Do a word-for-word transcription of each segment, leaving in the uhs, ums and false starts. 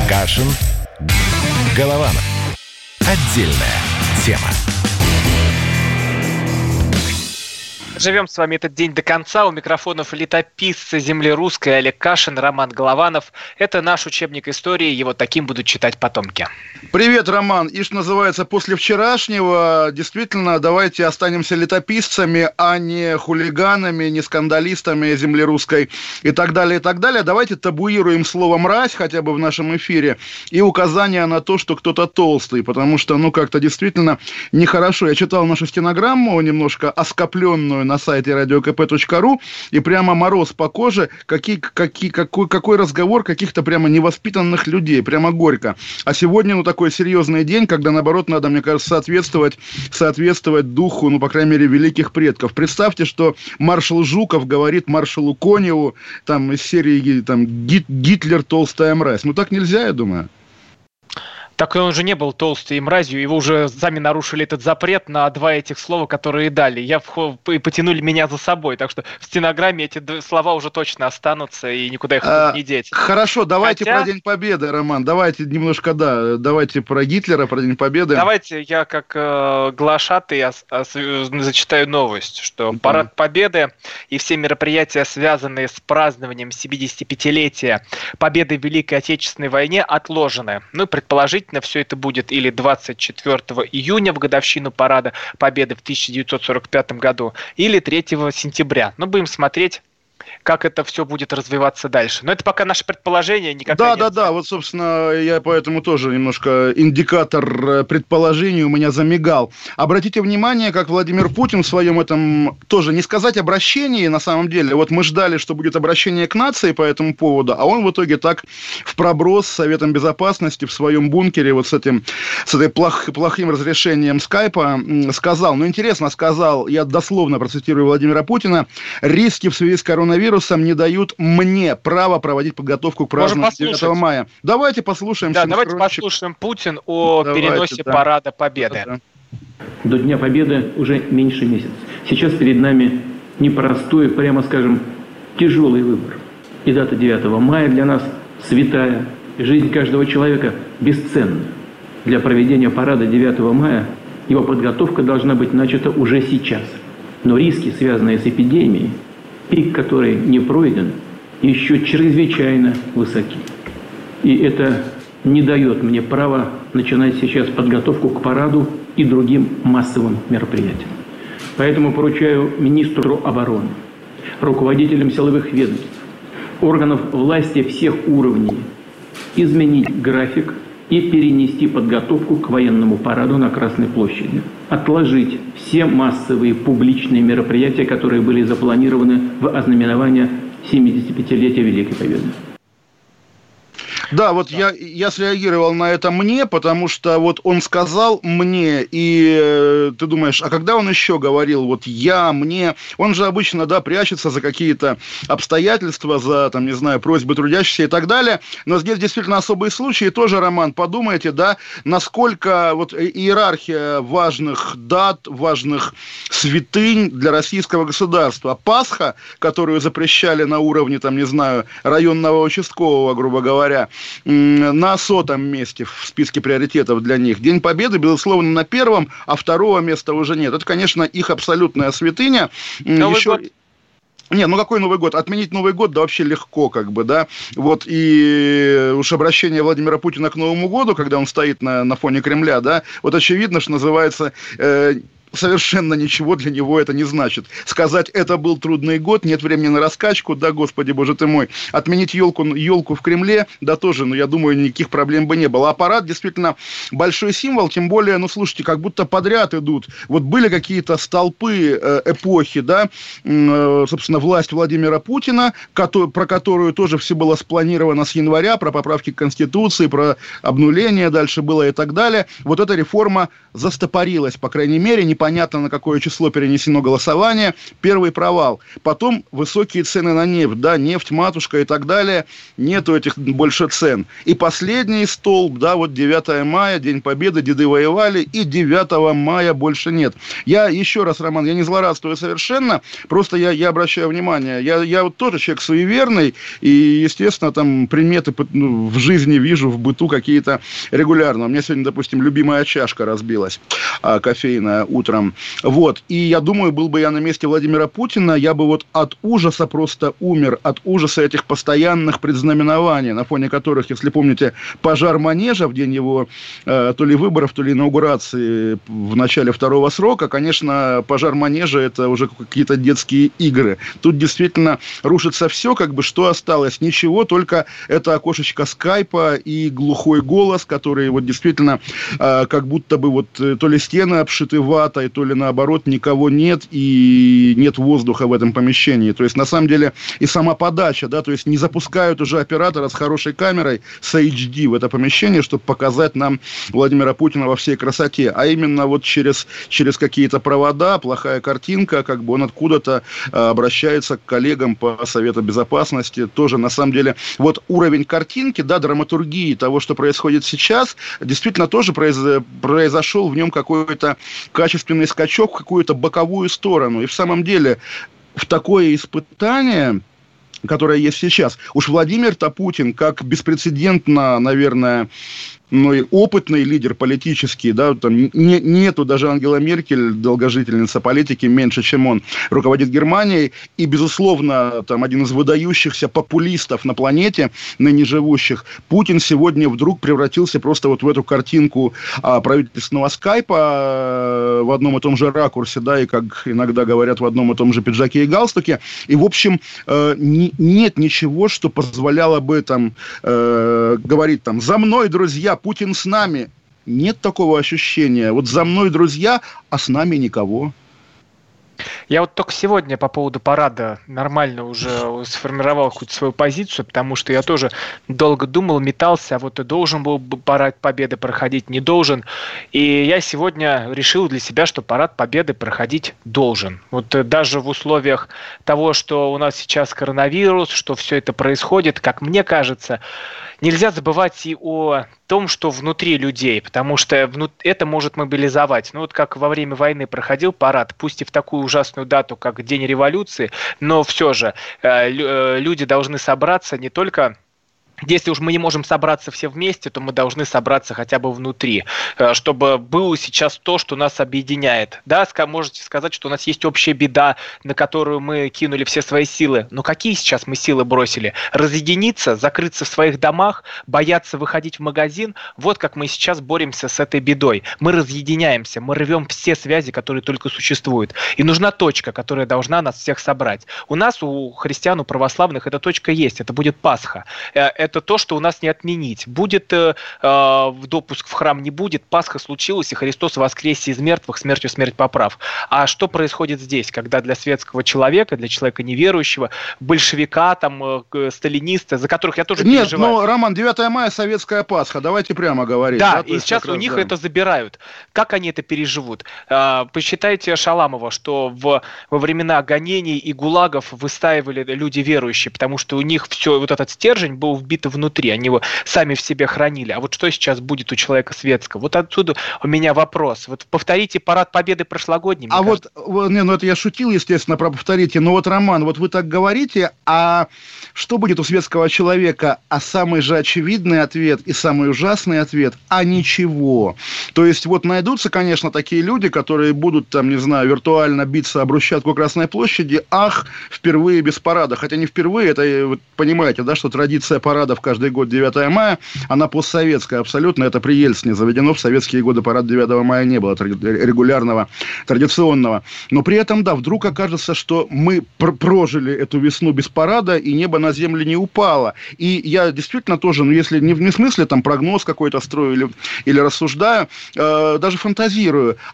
Кашин, Голованов. Отдельная тема. Живем с вами этот день до конца. У микрофонов летописцы земли русской Олег Кашин, Роман Голованов. Это наш учебник истории, его таким будут читать потомки. Привет, Роман. И что называется, после вчерашнего действительно давайте останемся летописцами, а не хулиганами, не скандалистами земли русской и так далее, и так далее. Давайте табуируем слово «мразь» хотя бы в нашем эфире и указание на то, что кто-то толстый, потому что, ну, как-то действительно нехорошо. Я читал нашу стенограмму, немножко оскопленную на сайте радио ка пэ точка ру, и прямо мороз по коже, какие, какие, какой, какой разговор каких-то прямо невоспитанных людей, прямо горько. А сегодня, ну, такой серьезный день, когда, наоборот, надо, мне кажется, соответствовать, соответствовать духу, ну, по крайней мере, великих предков. Представьте, что маршал Жуков говорит маршалу Коневу, там, из серии, там, «Гитлер толстая мразь». Ну, так нельзя, я думаю. Так он же не был толстый и мразью, его уже сами нарушили этот запрет на два этих слова, которые дали. Я вход, и потянули меня за собой, так что в стенограмме эти слова уже точно останутся, и никуда их а, не деть. Хорошо, давайте Хотя... про День Победы, Роман, давайте немножко, да, давайте про Гитлера, про День Победы. Давайте я как э, глашатый я, я, я, зачитаю новость, что mm-hmm. Парад Победы и все мероприятия, связанные с празднованием семидесятипятилетия Победы в Великой Отечественной войне, отложены. Ну, предположительно, все это будет или двадцать четвёртого июня в годовщину Парада Победы в тысяча девятьсот сорок пятом году, или третьего сентября. Но будем смотреть, как это все будет развиваться дальше. Но это пока наше предположение. Да, да, да. Вот, собственно, я поэтому тоже немножко индикатор предположений у меня замигал. Обратите внимание, как Владимир Путин в своем этом, тоже не сказать обращении, на самом деле. Вот мы ждали, что будет обращение к нации по этому поводу, а он в итоге так в проброс с Советом Безопасности в своем бункере вот с этим, с этой плох, плохим разрешением скайпа сказал. Ну, интересно, сказал, я дословно процитирую Владимира Путина: риски в связи с коронавирусом не дают мне права проводить подготовку к празднованию девятого мая. Давайте послушаем. Да, давайте послушаем Путин о давайте, переносе да. Парада Победы. Да, да. До Дня Победы уже меньше месяца. Сейчас перед нами непростой, прямо скажем, тяжелый выбор. И дата девятого мая для нас святая. Жизнь каждого человека бесценна. Для проведения парада девятого мая его подготовка должна быть начата уже сейчас. Но риски, связанные с эпидемией, пик, который не пройден, еще чрезвычайно высоки. И это не дает мне права начинать сейчас подготовку к параду и другим массовым мероприятиям. Поэтому поручаю министру обороны, руководителям силовых ведомств, органов власти всех уровней изменить график и перенести подготовку к военному параду на Красной площади. Отложить все массовые публичные мероприятия, которые были запланированы в ознаменование семидесятипятилетия Великой Победы. Да, вот да. Я, я среагировал на это «мне», потому что вот он сказал «мне», и э, ты думаешь, а когда он еще говорил вот «я», «мне», он же обычно, да, прячется за какие-то обстоятельства, за, там, не знаю, просьбы трудящихся и так далее, но здесь действительно особые случаи, тоже, Роман, подумайте, да, насколько вот иерархия важных дат, важных святынь для российского государства. Пасха, которую запрещали на уровне, там, не знаю, районного участкового, грубо говоря, на сотом месте в списке приоритетов для них. День Победы, безусловно, на первом, а второго места уже нет. Это, конечно, их абсолютная святыня. Новый Еще... год. Не, ну какой Новый год? Отменить Новый год, да вообще легко, как бы, да. Вот, и уж обращение Владимира Путина к Новому году, когда он стоит на, на фоне Кремля, да, вот очевидно, что называется... Э, совершенно ничего для него это не значит. Сказать, это был трудный год, нет времени на раскачку, да, господи, боже ты мой. Отменить елку, елку в Кремле, да, тоже, ну, я думаю, никаких проблем бы не было. А парад действительно большой символ, тем более, ну, слушайте, как будто подряд идут. Вот были какие-то столпы э, эпохи, да, э, собственно, власть Владимира Путина, который, про которую тоже все было спланировано с января, про поправки к Конституции, про обнуление дальше было и так далее. Вот эта реформа застопорилась, по крайней мере, не непонятно, на какое число перенесено голосование. Первый провал. Потом высокие цены на нефть, да, нефть, матушка и так далее. Нету этих больше цен. И последний столб, да, вот девятое мая, День Победы, деды воевали, и девятого мая больше нет. Я еще раз, Роман, я не злорадствую совершенно, просто я, я обращаю внимание, я, я вот тоже человек суеверный, и, естественно, там приметы ну, в жизни вижу, в быту какие-то регулярно. У меня сегодня, допустим, любимая чашка разбилась, а, кофейная, утром. Вот, и я думаю, был бы я на месте Владимира Путина, я бы вот от ужаса просто умер, от ужаса этих постоянных предзнаменований, на фоне которых, если помните, пожар Манежа в день его э, то ли выборов, то ли инаугурации в начале второго срока, конечно, пожар Манежа — это уже какие-то детские игры. Тут действительно рушится все, как бы, что осталось? Ничего, только это окошечко скайпа и глухой голос, который вот действительно э, как будто бы вот то ли стены обшиты ватой, то ли наоборот никого нет и нет воздуха в этом помещении. То есть на самом деле и сама подача, да, то есть не запускают уже оператора с хорошей камерой, с эйч ди в это помещение, чтобы показать нам Владимира Путина во всей красоте, а именно вот через, через какие-то провода, плохая картинка, как бы он откуда-то э, обращается к коллегам по Совету Безопасности, тоже на самом деле вот уровень картинки, да, драматургии того, что происходит сейчас, действительно тоже произ... произошел в нем какой-то качественный скачок в какую-то боковую сторону, и в самом деле в такое испытание, которое есть сейчас, уж Владимир-то Путин, как беспрецедентно, наверное, ну и опытный лидер политический, да, там не, нету даже Ангела Меркель, долгожительница политики, меньше, чем он, руководит Германией, и, безусловно, там один из выдающихся популистов на планете, ныне живущих, Путин сегодня вдруг превратился просто вот в эту картинку а, правительственного скайпа а, в одном и том же ракурсе, да, и, как иногда говорят, в одном и том же пиджаке и галстуке, и, в общем, э, не, нет ничего, что позволяло бы там э, говорить там «за мной, друзья, Путин с нами». Нет такого ощущения. Вот за мной друзья, а с нами никого. Я вот только сегодня по поводу парада нормально уже сформировал какую-то свою позицию, потому что я тоже долго думал, метался, а вот и должен был парад Победы проходить, не должен. И я сегодня решил для себя, что парад Победы проходить должен. Вот даже в условиях того, что у нас сейчас коронавирус, что все это происходит, как мне кажется, нельзя забывать и о том, что внутри людей, потому что это может мобилизовать. Ну вот как во время войны проходил парад, пусть и в такую ужасную дату, как День революции, но все же э, люди должны собраться не только... Если уж мы не можем собраться все вместе, то мы должны собраться хотя бы внутри, чтобы было сейчас то, что нас объединяет. Да, можете сказать, что у нас есть общая беда, на которую мы кинули все свои силы. Но какие сейчас мы силы бросили? Разъединиться, закрыться в своих домах, бояться выходить в магазин? Вот как мы сейчас боремся с этой бедой. Мы разъединяемся, мы рвем все связи, которые только существуют. И нужна точка, которая должна нас всех собрать. У нас, у христиан, у православных, эта точка есть. Это будет Пасха. Это то, что у нас не отменить. Будет э, допуск в храм, не будет, Пасха случилась, и Христос воскресе из мертвых, смертью смерть поправ. А что происходит здесь, когда для светского человека, для человека неверующего, большевика, там, э, сталиниста, за которых я тоже Нет, переживаю. Нет, но, Роман, девятое мая советская Пасха, давайте прямо говорить. Да, да и сейчас у них да. это забирают. Как они это переживут? Э, посчитайте Шаламова, что в, во времена гонений и гулагов выстаивали люди верующие, потому что у них все, вот этот стержень был вбит внутри, они его сами в себе хранили. А вот что сейчас будет у человека светского? Вот отсюда у меня вопрос. Вот повторите парад Победы прошлогодний. А кажется. вот, не, ну это я шутил, естественно, про повторите, но вот, Роман, вот вы так говорите, а что будет у светского человека? А самый же очевидный ответ и самый ужасный ответ – а ничего. То есть вот найдутся, конечно, такие люди, которые будут, там, не знаю, виртуально биться об брусчатку Красной площади, ах, впервые без парада. Хотя не впервые, это, вы понимаете, да, что традиция парада в каждый год девятое мая, она постсоветская абсолютно, это при Ельцине заведено, в советские годы парада девятого мая не было регулярного, традиционного. Но при этом, да, вдруг окажется, что мы пр- прожили эту весну без парада, и небо на землю не упало. И я действительно тоже, ну если не в, не в смысле там прогноз какой-то строю или, или рассуждаю, э, даже фантазирую, а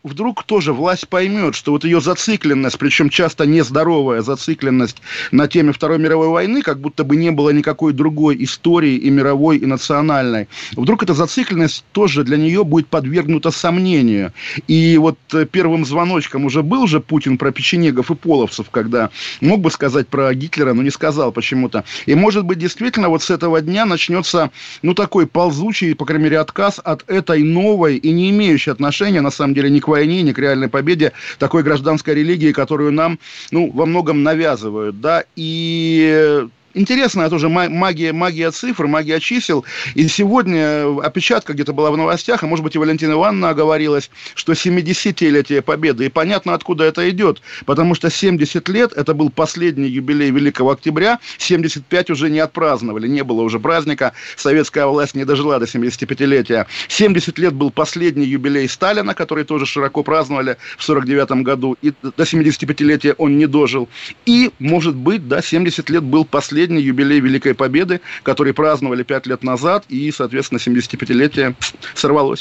вдруг тоже власть поймет, что вот ее зацикленность, причем часто нездоровая зацикленность на теме Второй мировой войны, как будто бы не было никакой другой истории и мировой, и национальной. Вдруг эта зацикленность тоже для нее будет подвергнута сомнению. И вот первым звоночком уже был же Путин про печенегов и половцев, когда мог бы сказать про Гитлера, но не сказал почему-то. И, может быть, действительно вот с этого дня начнется, ну, такой ползучий, по крайней мере, отказ от этой новой и не имеющей отношения, на самом деле, ни к войне, ни к реальной победе, такой гражданской религии, которую нам, ну, во многом навязывают, да, и... Интересная тоже магия, магия цифр, магия чисел. И сегодня опечатка где-то была в новостях, а может быть и Валентина Ивановна оговорилась, что семидесятилетие Победы. И понятно, откуда это идет. Потому что семьдесят лет, это был последний юбилей Великого Октября, семьдесят пять уже не отпраздновали, не было уже праздника, советская власть не дожила до семидесятипятилетия. семьдесят лет был последний юбилей Сталина, который тоже широко праздновали в сорок девятом году, и до семидесятипятилетия он не дожил. И, может быть, да, семьдесят лет был последний юбилей Великой Победы, который праздновали пять лет назад, и, соответственно, семидесятипятилетие сорвалось.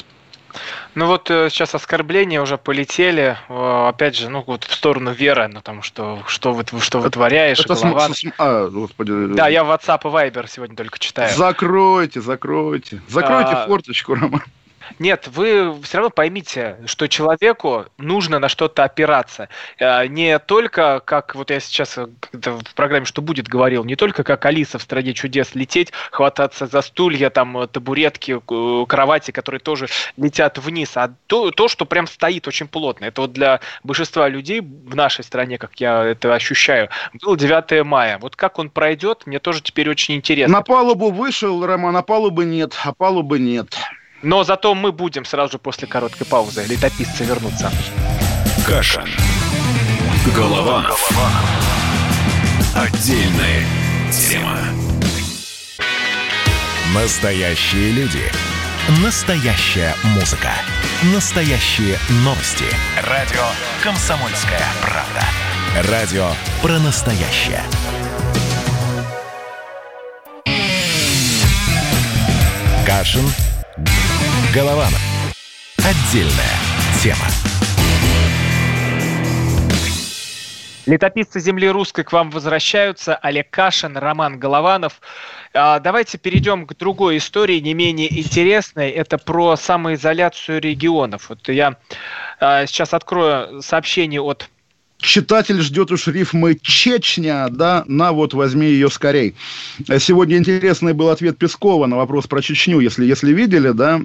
Ну вот сейчас оскорбления уже полетели, опять же, ну вот в сторону Веры, ну там, что, что, вы, что вытворяешь, это Голованов. См... А, господи. Да, я в WhatsApp и Viber сегодня только читаю. Закройте, закройте. Закройте а... форточку, Роман. Нет, вы все равно поймите, что человеку нужно на что-то опираться. Не только, как вот я сейчас в программе «Что будет» говорил, не только как Алиса в «Стране чудес» лететь, хвататься за стулья, там, табуретки, кровати, которые тоже летят вниз, а то, то, что прям стоит очень плотно. Это вот для большинства людей в нашей стране, как я это ощущаю, было девятое мая. Вот как он пройдет, мне тоже теперь очень интересно. На палубу вышел, Роман, на палубы нет, а палубы нет. Но зато мы будем сразу же после короткой паузы. Летописцы вернутся. Кашин. Голованов. Отдельная тема. Настоящие люди. Настоящая музыка. Настоящие новости. Радио «Комсомольская правда». Радио про настоящее. Кашин. Голованов. Отдельная тема. Летописцы земли русской к вам возвращаются. Олег Кашин, Роман Голованов. Давайте перейдем к другой истории, не менее интересной. Это про самоизоляцию регионов. Вот я сейчас открою сообщение от... Читатель ждет уж рифмы «Чечня», да, на вот возьми ее скорей. Сегодня интересный был ответ Пескова на вопрос про Чечню, если, если видели, да,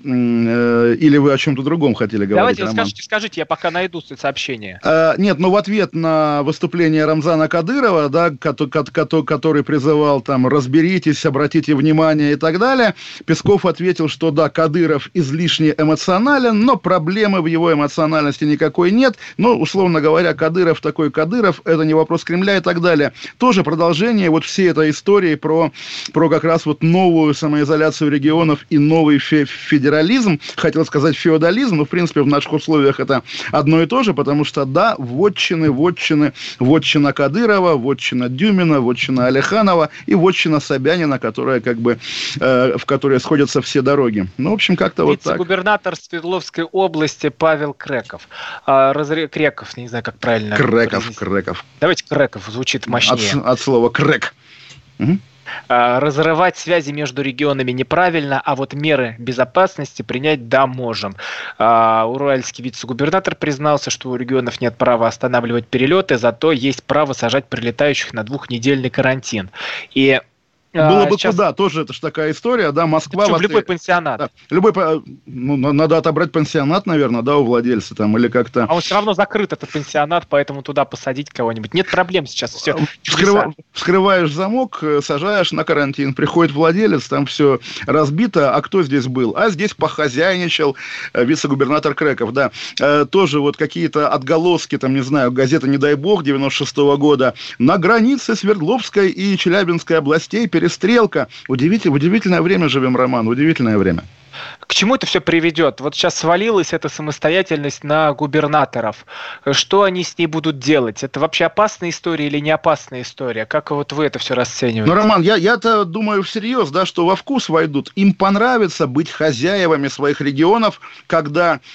или вы о чем-то другом хотели говорить, Давайте Роман? скажите, скажите, я пока найду сообщение. А, нет, ну в ответ на выступление Рамзана Кадырова, да, который призывал там разберитесь, обратите внимание и так далее, Песков ответил, что да, Кадыров излишне эмоционален, но проблемы в его эмоциональности никакой нет. Ну, условно говоря, Кадыров такой Кадыров, это не вопрос Кремля и так далее. Тоже продолжение вот всей этой истории про, про как раз вот новую самоизоляцию регионов и новый фе- федерализм. Хотел сказать феодализм, но в принципе в наших условиях это одно и то же, потому что да, вотчины, вотчины, вотчина Кадырова, вотчина Дюмина, вотчина Алиханова и вотчина Собянина, которая как бы, э, в которой сходятся все дороги. Ну, в общем, как-то вот так. Вице-губернатор Свердловской области Павел Креков. А, разре... Креков, не знаю, как правильно. Креков, Креков. Давайте Креков, звучит мощнее. От, от слова крек. Угу. Разрывать связи между регионами неправильно, а вот меры безопасности принять да можем. Уральский вице-губернатор признался, что у регионов нет права останавливать перелеты, зато есть право сажать прилетающих на двухнедельный карантин. И Было бы сейчас... куда, тоже это же такая история, да, Москва... В, в любой пансионат. Да, любой, ну, надо отобрать пансионат, наверное, да, у владельца там, или как-то... А он все равно закрыт, этот пансионат, поэтому туда посадить кого-нибудь. Нет проблем сейчас, все. Вскрыва... Вскрываешь замок, сажаешь на карантин, приходит владелец, там все разбито, а кто здесь был? А здесь похозяйничал вице-губернатор Креков, да. Тоже вот какие-то отголоски, там, не знаю, газета «Не дай бог» девяносто шестого года. На границе Свердловской и Челябинской областей перестрелка. Удивительное, удивительное время живем, Роман, удивительное время. К чему это все приведет? Вот сейчас свалилась эта самостоятельность на губернаторов. Что они с ней будут делать? Это вообще опасная история или не опасная история? Как вот вы это все расцениваете? Ну, Роман, я, я-то думаю всерьез, да, что во вкус войдут. Им понравится быть хозяевами своих регионов, когда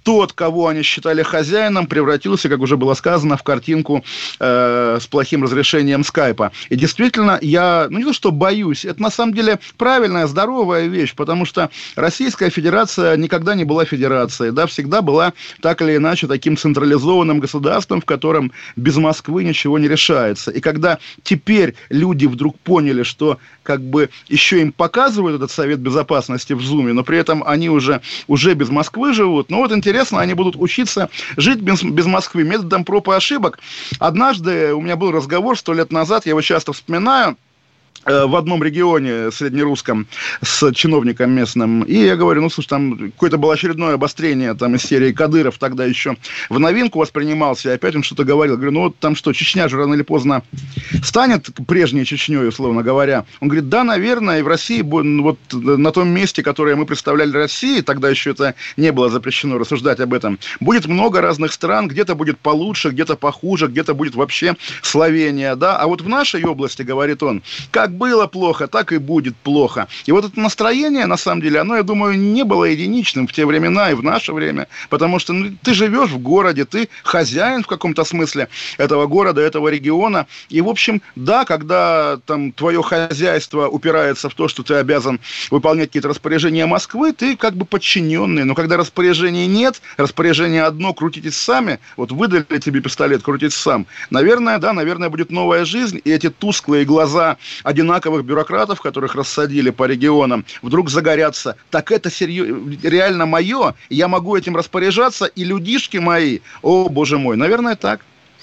тот, кого они считали хозяином, превратился, как уже было сказано, в картинку э, с плохим разрешением скайпа. И действительно, я, ну не то что боюсь, это на самом деле правильная, здоровая вещь, потому что Российская Федерация никогда не была федерацией, да, всегда была так или иначе таким централизованным государством, в котором без Москвы ничего не решается. И когда теперь люди вдруг поняли, что как бы еще им показывают этот Совет Безопасности в Зуме, но при этом они уже, уже без Москвы живут, ну вот интересно, они будут учиться жить без, без Москвы методом проб и ошибок. Однажды у меня был разговор сто лет назад, я его часто вспоминаю, в одном регионе среднерусском с чиновником местным, и я говорю, ну, слушай, там какое-то было очередное обострение там из серии Кадыров, тогда еще в новинку воспринимался, и опять он что-то говорил. Говорю, ну, вот там что, Чечня же рано или поздно станет прежней Чечней, условно говоря. Он говорит, да, наверное, и в России, вот на том месте, которое мы представляли России, тогда еще это не было запрещено рассуждать об этом, будет много разных стран, где-то будет получше, где-то похуже, где-то будет вообще Словения, да, а вот в нашей области, говорит он, как было плохо, так и будет плохо. И вот это настроение, на самом деле, оно, я думаю, не было единичным в те времена и в наше время, потому что ну, ты живешь в городе, ты хозяин в каком-то смысле этого города, этого региона, и, в общем, да, когда там твое хозяйство упирается в то, что ты обязан выполнять какие-то распоряжения Москвы, ты как бы подчиненный, но когда распоряжений нет, распоряжение одно, крутитесь сами, вот выдали тебе пистолет, крутись сам, наверное, да, наверное, будет новая жизнь, и эти тусклые глаза одинаковых бюрократов, которых рассадили по регионам, вдруг загорятся. Так это серьезно, реально мое, я могу этим распоряжаться, и людишки мои, о, боже мой, наверное, так.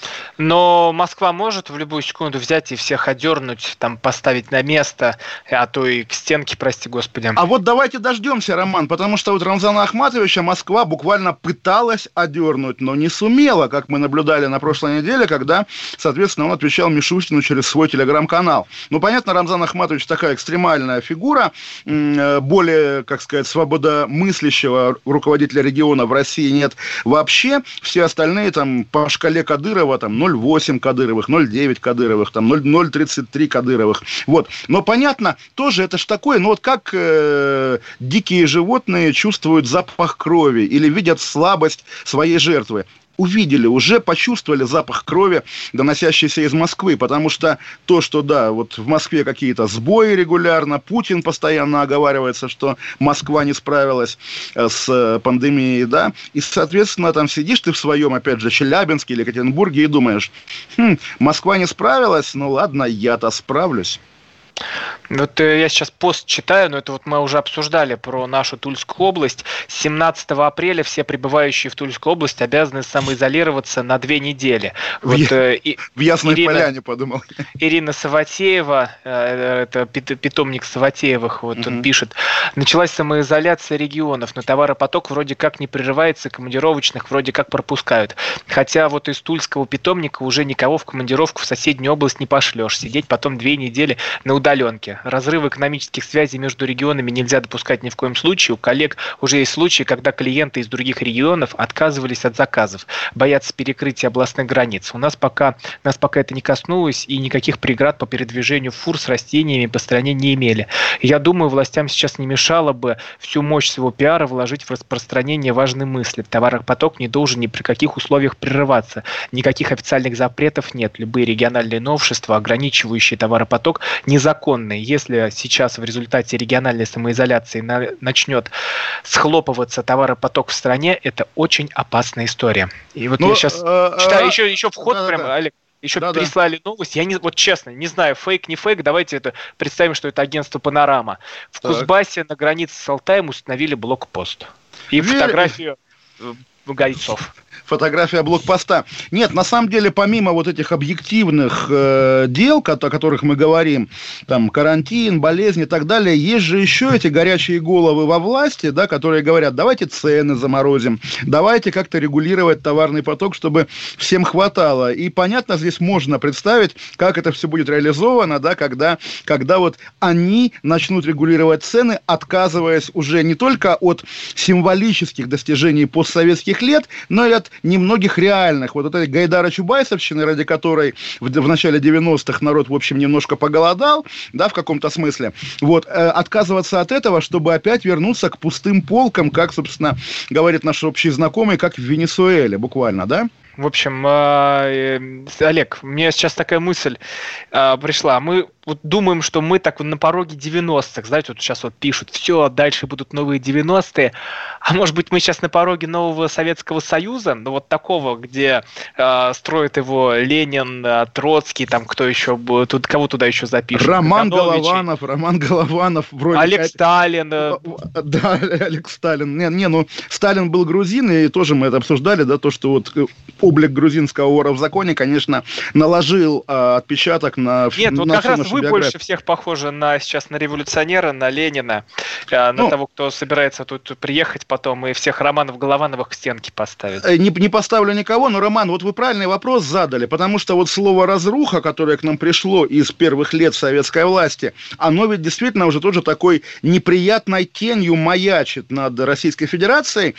Но Москва может в любую секунду взять и всех одернуть, там, поставить на место, а то и к стенке, прости господи. А вот давайте дождемся, Роман, потому что вот Рамзана Ахматовича Москва буквально пыталась одернуть, но не сумела, как мы наблюдали на прошлой неделе, когда, соответственно, он отвечал Мишустину через свой телеграм-канал. Ну, понятно, Рамзан Ахматович такая экстремальная фигура, более, как сказать, свободомыслящего руководителя региона в России нет вообще. Все остальные там по шкале Кадырова там ноль целых восемь Кадыровых, ноль целых девять Кадыровых, там ноль целых тридцать три Кадыровых. Вот. Но понятно, тоже это ж такое, ну вот как э, дикие животные чувствуют запах крови или видят слабость своей жертвы. Увидели, уже почувствовали запах крови, доносящийся из Москвы, потому что то, что, да, вот в Москве какие-то сбои регулярно, Путин постоянно оговаривается, что Москва не справилась с пандемией, да, и, соответственно, там сидишь ты в своем, опять же, Челябинске или Екатеринбурге и думаешь, хм, Москва не справилась, ну ладно, я-то справлюсь. Вот я сейчас пост читаю, но это вот мы уже обсуждали про нашу Тульскую область. семнадцатого апреля все прибывающие в Тульскую область обязаны самоизолироваться на две недели. Вот, в, э, и, в Ясной Ирина, Поляне, подумал. Ирина Саватеева, э, это питомник Саватеевых, вот угу. он пишет, началась самоизоляция регионов, но товаропоток вроде как не прерывается, командировочных вроде как пропускают. Хотя вот из Тульского питомника уже никого в командировку в соседнюю область не пошлешь. Сидеть потом две недели на удаленке. Разрыв экономических связей между регионами нельзя допускать ни в коем случае. У коллег уже есть случаи, когда клиенты из других регионов отказывались от заказов, боятся перекрытия областных границ. У нас пока, нас пока это не коснулось, и никаких преград по передвижению фур с растениями по стране не имели. Я думаю, властям сейчас не мешало бы всю мощь своего пиара вложить в распространение важной мысли. Товаропоток не должен ни при каких условиях прерываться. Никаких официальных запретов нет. Любые региональные новшества, ограничивающие товаропоток, незаконные. Если сейчас в результате региональной самоизоляции на, начнет схлопываться товаропоток в стране, это очень опасная история. И вот ну, я сейчас э, читаю э, еще, еще вход, да, прям, да. Олег, еще да, прислали да. новость. Я не, вот честно, не знаю, фейк, не фейк, давайте это представим, что это агентство «Панорама». В так. Кузбассе на границе с Алтаем установили блокпост. И Вер... фотографию бойцов. Фотография блокпоста. Нет, на самом деле, помимо вот этих объективных э, дел, о которых мы говорим, там, карантин, болезни и так далее, есть же еще эти горячие головы во власти, да, которые говорят, давайте цены заморозим, давайте как-то регулировать товарный поток, чтобы всем хватало. И, понятно, здесь можно представить, как это все будет реализовано, да, когда, когда вот они начнут регулировать цены, отказываясь уже не только от символических достижений постсоветских лет, но и от ряд немногих реальных. Вот этой Гайдара-Чубайсовщины, ради которой в, в начале девяностых народ, в общем, немножко поголодал, да, в каком-то смысле. Вот, э, отказываться от этого, чтобы опять вернуться к пустым полкам, как, собственно, говорит наш общий знакомый, как в Венесуэле, буквально, да? В общем, э, Олег, мне сейчас такая мысль э, пришла. Мы вот думаем, что мы так вот на пороге девяностых, знаете, вот сейчас вот пишут, все, дальше будут новые девяностые, а может быть мы сейчас на пороге нового Советского Союза, ну вот такого, где э, строит его Ленин, Троцкий, там кто еще, тут, кого туда еще запишут? Роман Голованов, Роман Голованов. Вроде Олег как... Сталин. Да, Олег Сталин. Не, не, ну, Сталин был грузин, и тоже мы это обсуждали, да, то, что вот облик грузинского вора в законе, конечно, наложил э, отпечаток на... Нет, на вот как раз вы биографию. больше всех похожи на сейчас на революционера, на Ленина, э, на ну, того, кто собирается тут приехать потом и всех Романов Головановых к стенке поставить. Не, не поставлю никого, но, Роман, вот вы правильный вопрос задали, потому что вот слово «разруха», которое к нам пришло из первых лет советской власти, оно ведь действительно уже тоже такой неприятной тенью маячит над Российской Федерацией,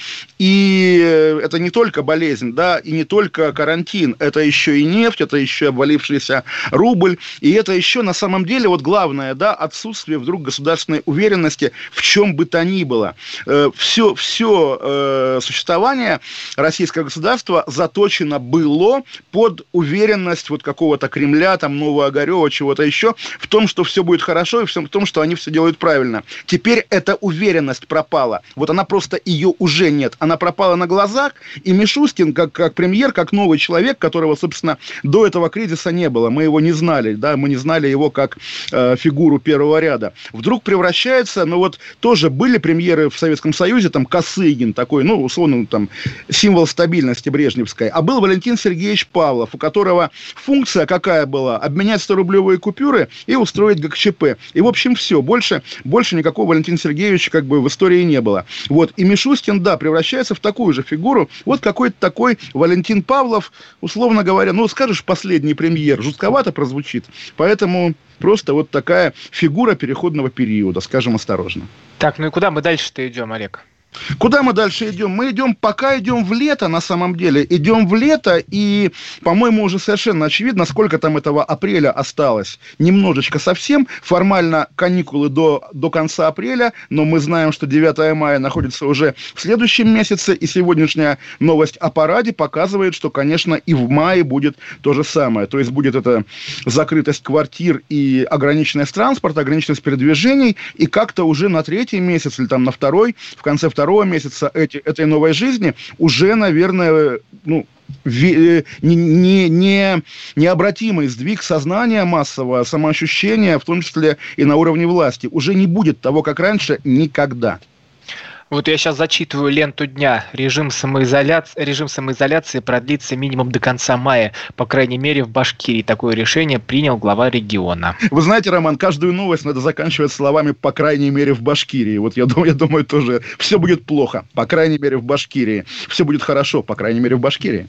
и это не только болезнь, да, и не только карантин, это еще и нефть, это еще обвалившийся рубль, и это еще на самом деле вот главное, да, отсутствие вдруг государственной уверенности в чем бы то ни было. Э, все, все э, существование российского государства заточено было под уверенность вот какого-то Кремля, там, Новоогарева, чего-то еще, в том, что все будет хорошо, и в том, что они все делают правильно. Теперь эта уверенность пропала. Вот она просто, ее уже нет. Она пропала на глазах, и Мишустин, как, как премьер, как новый человек, которого, собственно, до этого кризиса не было, мы его не знали, да, мы не знали его как э, фигуру первого ряда, вдруг превращается, ну вот тоже были премьеры в Советском Союзе, там Косыгин такой, ну, условно, там, символ стабильности брежневской, а был Валентин Сергеевич Павлов, у которого функция какая была? Обменять сто-рублевые купюры и устроить ГКЧП. И, в общем, все, больше, больше никакого Валентина Сергеевича как бы в истории не было. Вот, и Мишустин, да, превращается в такую же фигуру, вот какой-то такой Валентин Павлов, условно говоря, ну, скажешь, последний премьер, жутковато прозвучит, поэтому просто вот такая фигура переходного периода, скажем осторожно. Так, ну и куда мы дальше-то идем, Олег? Куда мы дальше идем? Мы идем, пока идем в лето, на самом деле. Идем в лето, и, по-моему, уже совершенно очевидно, сколько там этого апреля осталось. Немножечко совсем. Формально каникулы до, до конца апреля, но мы знаем, что девятое мая находится уже в следующем месяце, и сегодняшняя новость о параде показывает, что, конечно, и в мае будет то же самое. То есть будет эта закрытость квартир и ограниченность транспорта, ограниченность передвижений, и как-то уже на третий месяц или там на второй, в конце второго второго месяца эти, этой новой жизни уже, наверное, ну, ви, не, не, не, необратимый сдвиг сознания массового, самоощущения, в том числе и на уровне власти. Уже не будет того, как раньше, никогда. Вот я сейчас зачитываю ленту дня. Режим самоизоляции, режим самоизоляции продлится минимум до конца мая. По крайней мере, в Башкирии такое решение принял глава региона. Вы знаете, Роман, каждую новость надо заканчивать словами «по крайней мере в Башкирии». Вот я думаю, я думаю тоже, все будет плохо, по крайней мере в Башкирии. Все будет хорошо, по крайней мере в Башкирии.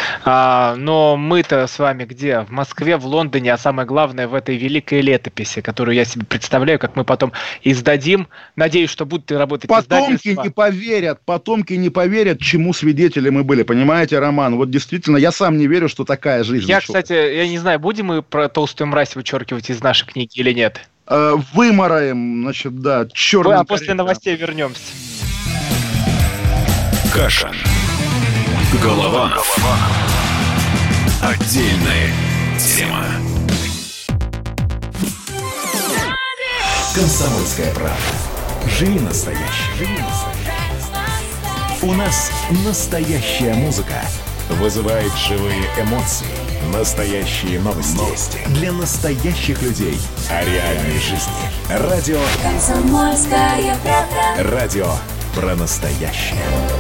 А, но мы-то с вами где? В Москве, в Лондоне, а самое главное, в этой великой летописи, которую я себе представляю, как мы потом издадим. Надеюсь, что будут работать издательства. Не поверят, потомки не поверят, чему свидетели мы были, понимаете, Роман? Вот действительно, я сам не верю, что такая жизнь. Я, кстати, я не знаю, будем мы про толстую мразь вычеркивать из нашей книги или нет? Э, вымараем, значит, да, черным. А после новостей вернемся. Кашин. Голованов. Отдельная тема. Комсомольская правда. Живи настоящий. Живи настоящий. У нас настоящая музыка. Вызывает живые эмоции. Настоящие новости. новости. Для настоящих людей. О реальной жизни. Радио «Комсомольская правда». Радио про настоящее.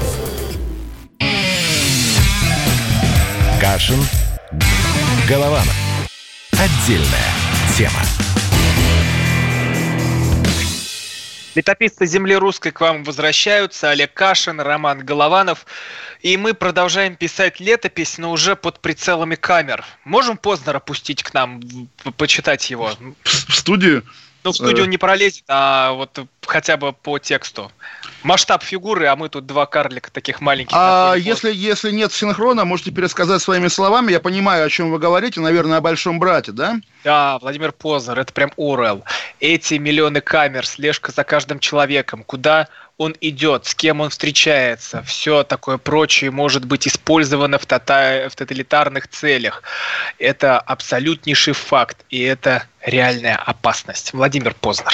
Кашин. Голованов. Отдельная тема. Летописцы земли русской к вам возвращаются. Олег Кашин, Роман Голованов. И мы продолжаем писать летопись, но уже под прицелами камер. Можем Познера пустить к нам, почитать его? В студию? Ну, в студию не пролезет, а вот хотя бы по тексту. Масштаб фигуры, а мы тут два карлика таких маленьких. А если, если нет синхрона, можете пересказать своими словами. Я понимаю, о чем вы говорите, наверное, о «Большом брате», да? Да, Владимир Познер, это прям Орел. Эти миллионы камер, слежка за каждым человеком, куда он идет, с кем он встречается, все такое прочее может быть использовано в, тота... в тоталитарных целях. Это абсолютнейший факт, и это реальная опасность. Владимир Познер.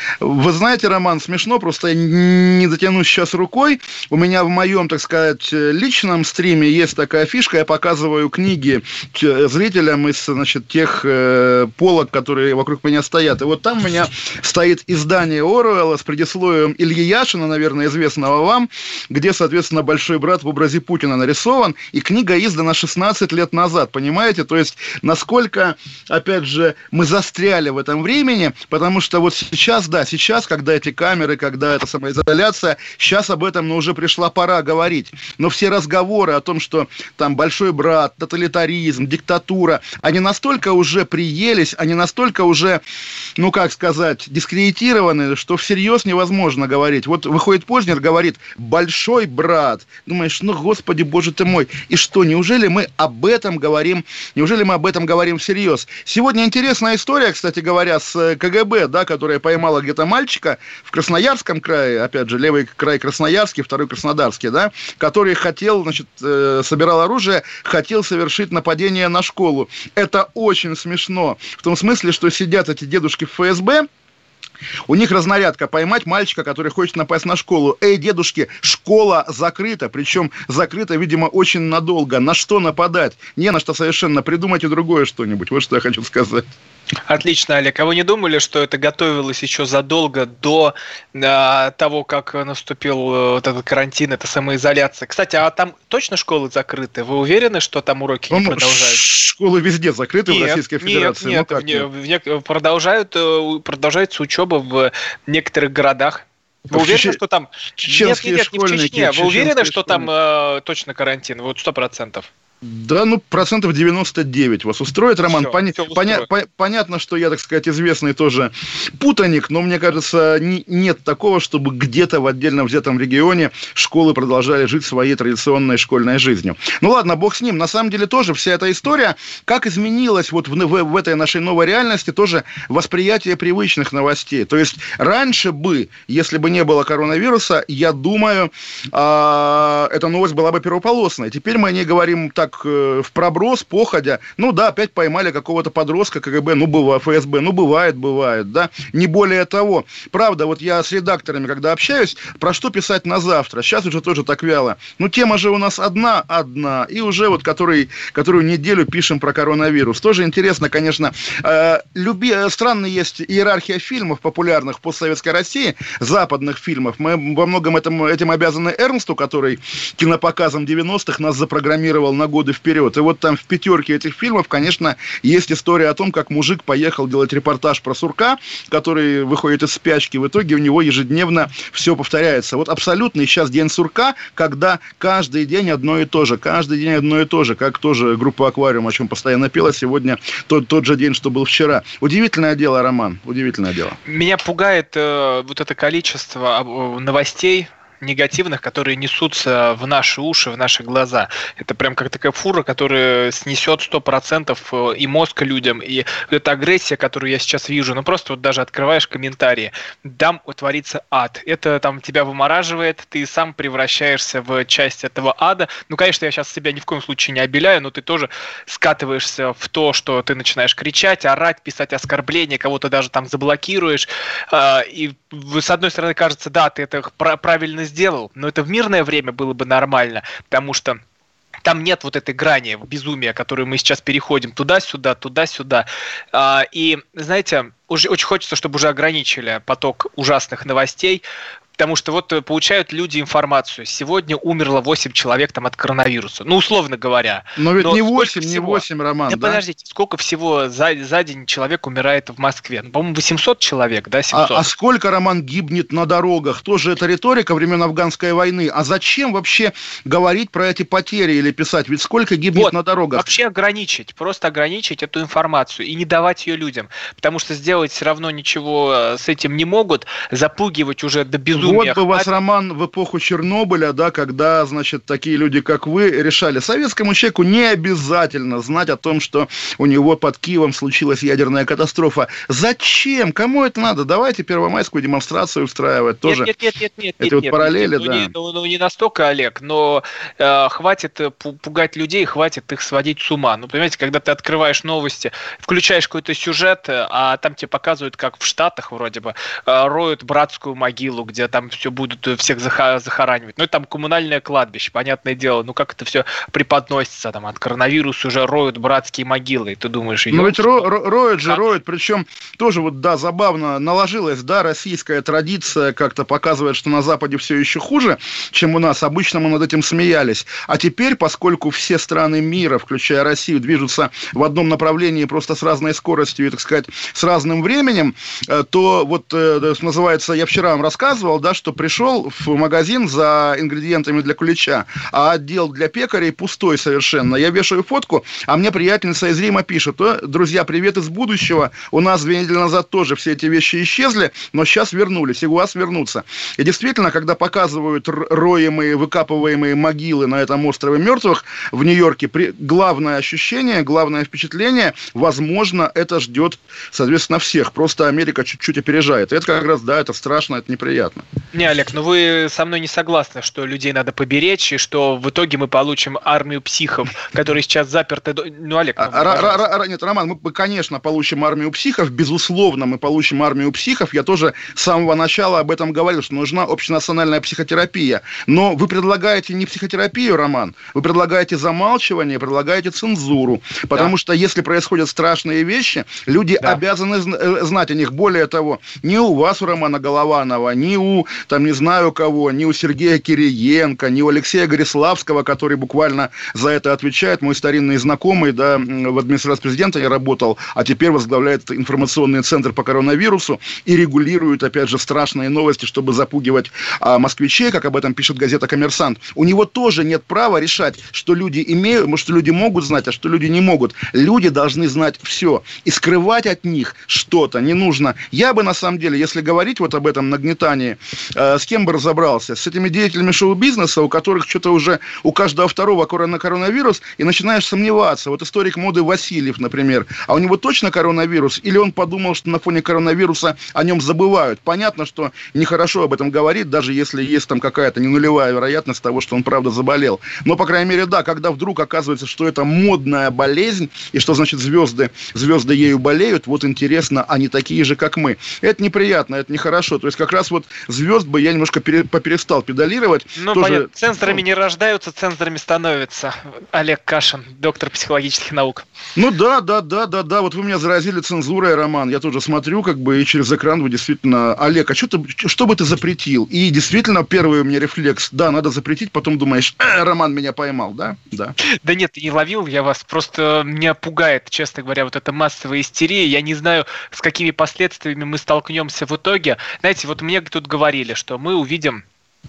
Вы знаете, Роман, смешно, просто я не дотяну сейчас рукой. У меня в моем, так сказать, личном стриме есть такая фишка. Я показываю книги зрителям из, значит, тех э, полок, которые вокруг меня стоят. И вот там у меня стоит издание Оруэлла с предисловием Ильи Яшина, наверное, известного вам, где, соответственно, большой брат в образе Путина нарисован. И книга издана шестнадцать лет назад, понимаете? То есть, насколько, опять же, мы застряли в этом времени, потому что вот сейчас Сейчас, да, сейчас, когда эти камеры, когда эта самоизоляция, сейчас об этом, ну, уже пришла пора говорить. Но все разговоры о том, что там большой брат, тоталитаризм, диктатура, они настолько уже приелись, они настолько уже, ну, как сказать, дискредитированы, что всерьез невозможно говорить. Вот выходит Познер, говорит, большой брат. Думаешь, ну, господи, боже ты мой. И что, неужели мы об этом говорим, неужели мы об этом говорим всерьез? Сегодня интересная история, кстати говоря, с КГБ, да, которая поймала где-то мальчика в Красноярском крае, опять же, левый край Красноярский, второй Краснодарский, да, который хотел, значит, э, собирал оружие, хотел совершить нападение на школу. Это очень смешно. В том смысле, что сидят эти дедушки в ФСБ, у них разнарядка: поймать мальчика, который хочет напасть на школу. Эй, дедушки, школа закрыта, причем закрыта, видимо, очень надолго. На что нападать? Не на что совершенно. Придумайте другое что-нибудь. Вот что я хочу сказать. Отлично, Олег. А вы не думали, что это готовилось еще задолго до э, того, как наступил э, вот этот карантин, эта самоизоляция? Кстати, а там точно школы закрыты? Вы уверены, что там уроки ну, не продолжаются? Школы везде закрыты нет, в Российской Федерации. Нет, нет, ну, в, в, в, продолжают, продолжается учеба в некоторых городах. Вы уверены, Чеч... что там... Чеченские нет, нет, школьники, не в Чечне. Вы уверены, что школьники. там э, точно карантин? Вот сто процентов. Да, ну, процентов девяносто девять вас устроит, Роман. Все, Поня- все поня- по- понятно, что я, так сказать, известный тоже путаник, но, мне кажется, не- нет такого, чтобы где-то в отдельно взятом регионе школы продолжали жить своей традиционной школьной жизнью. Ну, ладно, бог с ним. На самом деле тоже вся эта история, как изменилась вот в, в, в этой нашей новой реальности, тоже восприятие привычных новостей. То есть раньше бы, если бы не было коронавируса, я думаю, э- эта новость была бы первополосной. Теперь мы о ней говорим так, в проброс, походя, ну да, опять поймали какого-то подростка КГБ, ну бывает, ФСБ, ну бывает, бывает, да, не более того. Правда, вот я с редакторами, когда общаюсь, про что писать на завтра, сейчас уже тоже так вяло. Ну тема же у нас одна, одна, и уже вот который, которую неделю пишем про коронавирус. Тоже интересно, конечно, э, люби, странная есть иерархия фильмов популярных в постсоветской России, западных фильмов. Мы во многом этим, этим обязаны Эрнсту, который кинопоказом девяностых нас запрограммировал на годы вперед. И вот там в пятерке этих фильмов, конечно, есть история о том, как мужик поехал делать репортаж про сурка, который выходит из спячки. В итоге у него ежедневно все повторяется. Вот абсолютный сейчас день сурка, когда каждый день одно и то же. Каждый день одно и то же. Как тоже группа «Аквариум», о чем постоянно пела, сегодня тот, тот же день, что был вчера. Удивительное дело, Роман. Удивительное дело. Меня пугает э, вот это количество новостей негативных, которые несутся в наши уши, в наши глаза. Это прям как такая фура, которая снесет сто процентов и мозг людям, и вот эта агрессия, которую я сейчас вижу, ну просто вот даже открываешь комментарии, там творится ад. Это там тебя вымораживает, ты сам превращаешься в часть этого ада. Ну, конечно, я сейчас себя ни в коем случае не обеляю, но ты тоже скатываешься в то, что ты начинаешь кричать, орать, писать оскорбления, кого-то даже там заблокируешь. И с одной стороны кажется, да, ты это правильно сделал, но это в мирное время было бы нормально, потому что там нет вот этой грани безумия, которую мы сейчас переходим туда-сюда, туда-сюда. И, знаете, уже очень хочется, чтобы уже ограничили поток ужасных новостей. Потому что вот получают люди информацию. Сегодня умерло восемь человек там от коронавируса. Ну, условно говоря. Но ведь Но не восемь, не восемь, Роман, да? Да подождите, сколько всего за, за день человек умирает в Москве? Ну, по-моему, восемьсот человек, да, семьсот? А, а сколько, Роман, гибнет на дорогах? Тоже это риторика времен Афганской войны. А зачем вообще говорить про эти потери или писать? Ведь сколько гибнет вот, на дорогах? Вообще ограничить, просто ограничить эту информацию и не давать ее людям. Потому что сделать все равно ничего с этим не могут. Запугивать уже до безумия. Вот бы вас, Роман, в эпоху Чернобыля, да, когда, значит, такие люди, как вы, решали. Советскому человеку не обязательно знать о том, что у него под Киевом случилась ядерная катастрофа. Зачем? Кому это надо? Давайте первомайскую демонстрацию устраивать. Тоже. Нет, нет, нет, нет, это нет, вот нет, параллели, ну, да. Не, ну, ну, не настолько, Олег, но э, хватит пугать людей, хватит их сводить с ума. Ну, понимаете, когда ты открываешь новости, включаешь какой-то сюжет, а там тебе показывают, как в Штатах вроде бы э, роют братскую могилу, где там все будут всех захоранивать. Ну, это там коммунальное кладбище, понятное дело. Ну, как это все преподносится, там, от коронавируса уже роют братские могилы, и ты думаешь... Ну, ведь ро- ро- роют же, роют, причем тоже вот, да, забавно наложилась, да, российская традиция как-то показывает, что на Западе все еще хуже, чем у нас. Обычно мы над этим смеялись. А теперь, поскольку все страны мира, включая Россию, движутся в одном направлении просто с разной скоростью и, так сказать, с разным временем, то вот, называется, я вчера вам рассказывал, да, что пришел в магазин за ингредиентами для кулича, а отдел для пекарей пустой совершенно. Я вешаю фотку, а мне приятельница из Рима пишет: друзья, привет из будущего, у нас две недели назад тоже все эти вещи исчезли, но сейчас вернулись, и у вас вернутся. И действительно, когда показывают роемые, выкапываемые могилы на этом острове мертвых в Нью-Йорке, при... главное ощущение, главное впечатление, возможно, это ждет, соответственно, всех. Просто Америка чуть-чуть опережает. И это как раз, да, это страшно, это неприятно. Не, Олег, ну вы со мной не согласны, что людей надо поберечь, и что в итоге мы получим армию психов, которые сейчас заперты... Ну, Олег... Ну, а, нет, Роман, мы, конечно, получим армию психов, безусловно, мы получим армию психов. Я тоже с самого начала об этом говорил, что нужна общенациональная психотерапия. Но вы предлагаете не психотерапию, Роман, вы предлагаете замалчивание, предлагаете цензуру. Потому да. что если происходят страшные вещи, люди да. обязаны знать о них. Более того, ни у вас, у Романа Голованова, ни у, там, не знаю кого, ни у Сергея Кириенко, ни у Алексея Гориславского, который буквально за это отвечает, мой старинный знакомый, да, в администрации президента я работал, а теперь возглавляет информационный центр по коронавирусу и регулирует, опять же, страшные новости, чтобы запугивать а, москвичей, как об этом пишет газета «Коммерсант». У него тоже нет права решать, что люди имеют, что люди могут знать, а что люди не могут. Люди должны знать все. И скрывать от них что-то не нужно. Я бы, на самом деле, если говорить вот об этом нагнетании, э, с кем бы разобрался? С этими деятелями шоу-бизнеса, у которых что-то уже у каждого второго коронавирус, и начинаешь сомневаться. Вот историк моды Васильев, например, а у него точно коронавирус? Или он подумал, что на фоне коронавируса о нем забывают? Понятно, что нехорошо об этом говорить, даже если есть там какая-то не нулевая вероятность того, что он правда заболел. Но, по крайней мере, да, когда вдруг оказывается, что это модная болезнь, и что, значит, звезды, звезды ею болеют, вот интересно, они такие же, как мы. Это неприятно, это нехорошо. То есть, как раз вот звезд бы я немножко пере, поперестал педалировать. Ну, тоже... понятно, цензорами не рождаются, цензорами становятся. Олег Кашин, доктор психологических наук. Ну да, да, да, да, да, вот вы меня заразили цензурой, Роман. Я тоже смотрю, как бы, и через экран вы действительно... Олег, а что, ты, что бы ты запретил? И действительно, первый у меня рефлекс, да, надо запретить, потом думаешь, э, Роман меня поймал, да? Да. Да нет, не ловил я вас, просто меня пугает, честно говоря, вот эта массовая истерия. Я не знаю, с какими последствиями мы столкнемся в итоге. Знаете, вот мне тут говорили, что мы увидим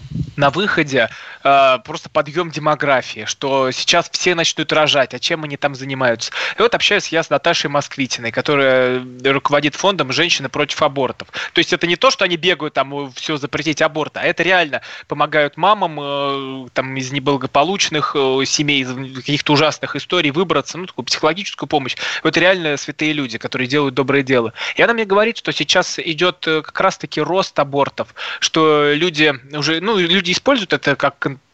на выходе э, просто подъем демографии, что сейчас все начнут рожать, а чем они там занимаются. И вот общаюсь я с Наташей Москвитиной, которая руководит фондом «Женщины против абортов». То есть это не то, что они бегают там все запретить аборт, а это реально помогают мамам э, там, из неблагополучных э, семей, из каких-то ужасных историй выбраться, ну, такую психологическую помощь. Вот реально святые люди, которые делают доброе дело. И она мне говорит, что сейчас идет как раз-таки рост абортов, что люди уже, ну, люди используют это как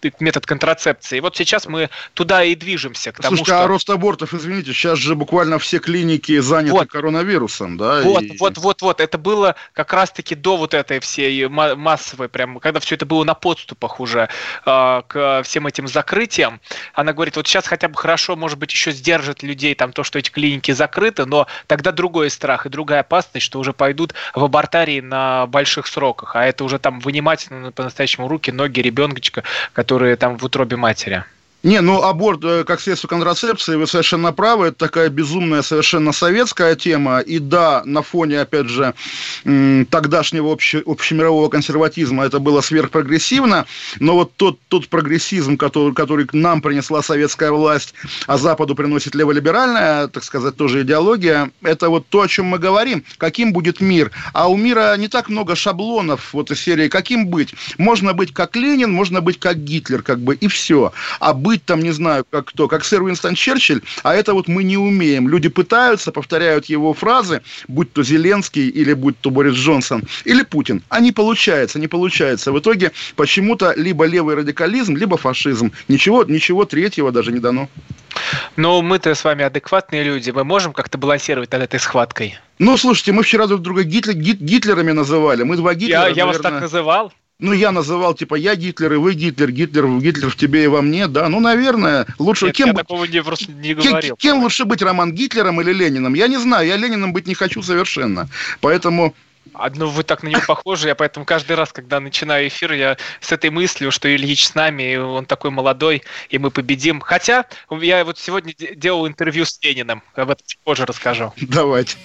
метод контрацепции. И вот сейчас мы туда и движемся. К тому, Слушайте, что... а рост абортов, извините, сейчас же буквально все клиники заняты вот. коронавирусом, да? Вот, и... вот, вот, вот. Это было как раз-таки до вот этой всей массовой, прям, когда все это было на подступах уже э, к всем этим закрытиям. Она говорит, вот сейчас хотя бы хорошо, может быть, еще сдержит людей там то, что эти клиники закрыты, но тогда другой страх и другая опасность, что уже пойдут в абортарии на больших сроках, а это уже там вынимать ну, по-настоящему руки, ноги ребеночка, которые там в утробе матери. Не, ну аборт как средство контрацепции, вы совершенно правы, это такая безумная совершенно советская тема, и да, на фоне, опять же, тогдашнего обще, общемирового консерватизма это было сверхпрогрессивно, но вот тот, тот прогрессизм, который, который нам принесла советская власть, а Западу приносит леволиберальная, так сказать, тоже идеология, это вот то, о чем мы говорим, каким будет мир, а у мира не так много шаблонов вот из серии «каким быть?». Можно быть как Ленин, можно быть как Гитлер, как бы, и все, а быть там, не знаю, как кто, как сэр Уинстон Черчилль, а это вот мы не умеем. Люди пытаются, повторяют его фразы, будь то Зеленский, или будь то Борис Джонсон, или Путин. А не получается, не получается. В итоге почему-то либо левый радикализм, либо фашизм. Ничего, ничего третьего даже не дано. Но мы-то с вами адекватные люди. Мы можем как-то балансировать над этой схваткой? Ну, слушайте, мы вчера друг друга Гитлер, Гит, Гитлерами называли. Мы два Гитлера, Я, я наверное... вас так называл? Ну, я называл, типа, я Гитлер, и вы Гитлер, Гитлер, Гитлер в тебе и во мне, да, ну, наверное, лучше... Нет, кем я быть... такого не, просто не говорил. Кем, кем лучше быть, Роман, Гитлером или Лениным? Я не знаю, я Лениным быть не хочу совершенно, поэтому... Ну, вы так на него похожи, я поэтому каждый раз, когда начинаю эфир, я с этой мыслью, что Ильич с нами, и он такой молодой, и мы победим. Хотя, я вот сегодня делал интервью с Лениным, об этом чуть позже расскажу. Давайте.